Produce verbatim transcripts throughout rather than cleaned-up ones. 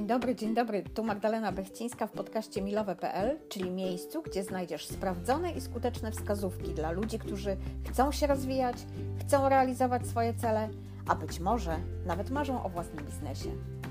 Dzień dobry, dzień dobry. Tu Magdalena Bechcińska w podcaście milowe kropka p l, czyli miejscu, gdzie znajdziesz sprawdzone i skuteczne wskazówki dla ludzi, którzy chcą się rozwijać, chcą realizować swoje cele, a być może nawet marzą o własnym biznesie.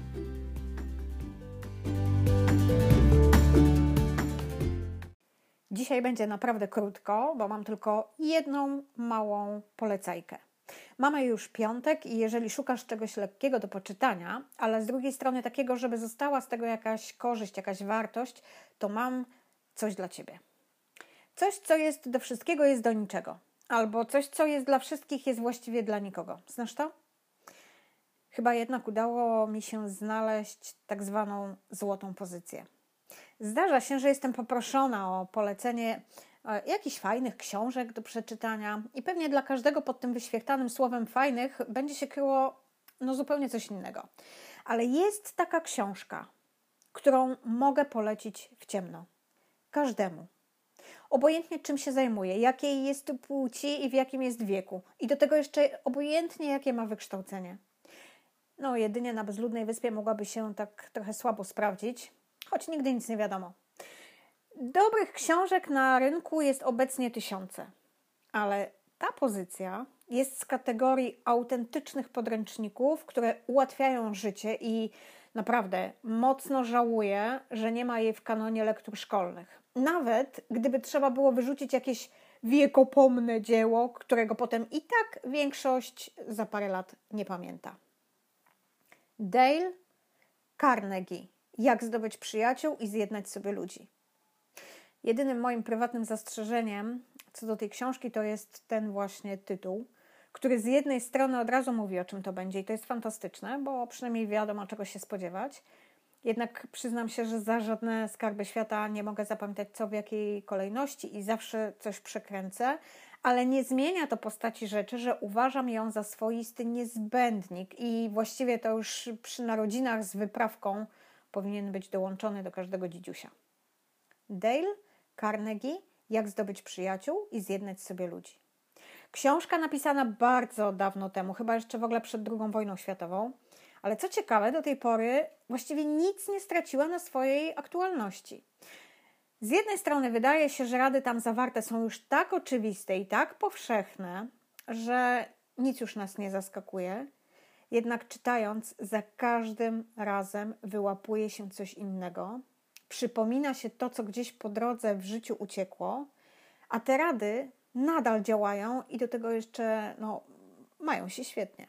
Dzisiaj będzie naprawdę krótko, bo mam tylko jedną małą polecajkę. Mamy już piątek i jeżeli szukasz czegoś lekkiego do poczytania, ale z drugiej strony takiego, żeby została z tego jakaś korzyść, jakaś wartość, to mam coś dla Ciebie. Coś, co jest do wszystkiego, jest do niczego. Albo coś, co jest dla wszystkich, jest właściwie dla nikogo. Znasz to? Chyba jednak udało mi się znaleźć tak zwaną złotą pozycję. Zdarza się, że jestem poproszona o polecenie jakichś fajnych książek do przeczytania i pewnie dla każdego pod tym wyświechtanym słowem fajnych będzie się kryło no zupełnie coś innego. Ale jest taka książka, którą mogę polecić w ciemno. Każdemu. Obojętnie czym się zajmuje, jakiej jest płci i w jakim jest wieku. I do tego jeszcze obojętnie jakie ma wykształcenie. No jedynie na bezludnej wyspie mogłaby się tak trochę słabo sprawdzić, choć nigdy nic nie wiadomo. Dobrych książek na rynku jest obecnie tysiące, ale ta pozycja jest z kategorii autentycznych podręczników, które ułatwiają życie i naprawdę mocno żałuję, że nie ma jej w kanonie lektur szkolnych. Nawet gdyby trzeba było wyrzucić jakieś wiekopomne dzieło, którego potem i tak większość za parę lat nie pamięta. Dale Carnegie. Jak zdobyć przyjaciół i zjednać sobie ludzi. Jedynym moim prywatnym zastrzeżeniem co do tej książki to jest ten właśnie tytuł, który z jednej strony od razu mówi, o czym to będzie i to jest fantastyczne, bo przynajmniej wiadomo, czego się spodziewać. Jednak przyznam się, że za żadne skarby świata nie mogę zapamiętać co w jakiej kolejności i zawsze coś przekręcę, ale nie zmienia to postaci rzeczy, że uważam ją za swoisty niezbędnik i właściwie to już przy narodzinach z wyprawką powinien być dołączony do każdego dzidziusia. Dale Carnegie, Jak zdobyć przyjaciół i zjednać sobie ludzi. Książka napisana bardzo dawno temu, chyba jeszcze w ogóle przed drugą wojną światową, ale co ciekawe, do tej pory właściwie nic nie straciła na swojej aktualności. Z jednej strony wydaje się, że rady tam zawarte są już tak oczywiste i tak powszechne, że nic już nas nie zaskakuje, jednak czytając za każdym razem wyłapuje się coś innego, przypomina się to, co gdzieś po drodze w życiu uciekło, a te rady nadal działają i do tego jeszcze no, mają się świetnie.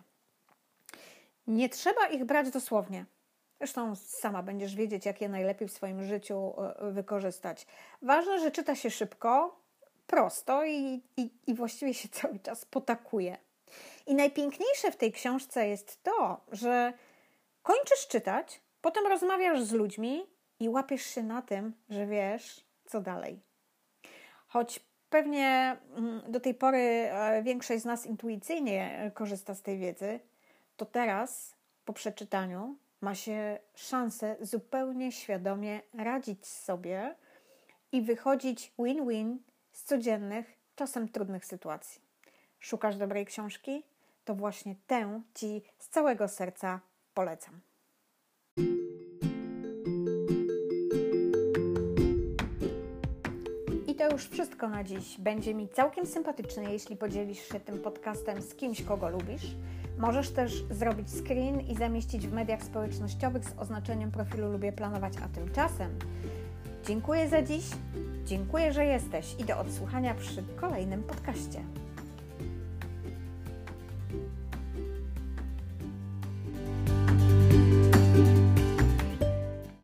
Nie trzeba ich brać dosłownie. Zresztą sama będziesz wiedzieć, jak je najlepiej w swoim życiu wykorzystać. Ważne, że czyta się szybko, prosto i, i, i właściwie się cały czas potakuje. I najpiękniejsze w tej książce jest to, że kończysz czytać, potem rozmawiasz z ludźmi i łapiesz się na tym, że wiesz, co dalej. Choć pewnie do tej pory większość z nas intuicyjnie korzysta z tej wiedzy, to teraz, po przeczytaniu, ma się szansę zupełnie świadomie radzić sobie i wychodzić win-win z codziennych, czasem trudnych sytuacji. Szukasz dobrej książki? To właśnie tę Ci z całego serca polecam. I to już wszystko na dziś. Będzie mi całkiem sympatyczne, jeśli podzielisz się tym podcastem z kimś, kogo lubisz. Możesz też zrobić screen i zamieścić w mediach społecznościowych z oznaczeniem profilu Lubię Planować, a tymczasem dziękuję za dziś, dziękuję, że jesteś i do odsłuchania przy kolejnym podcaście.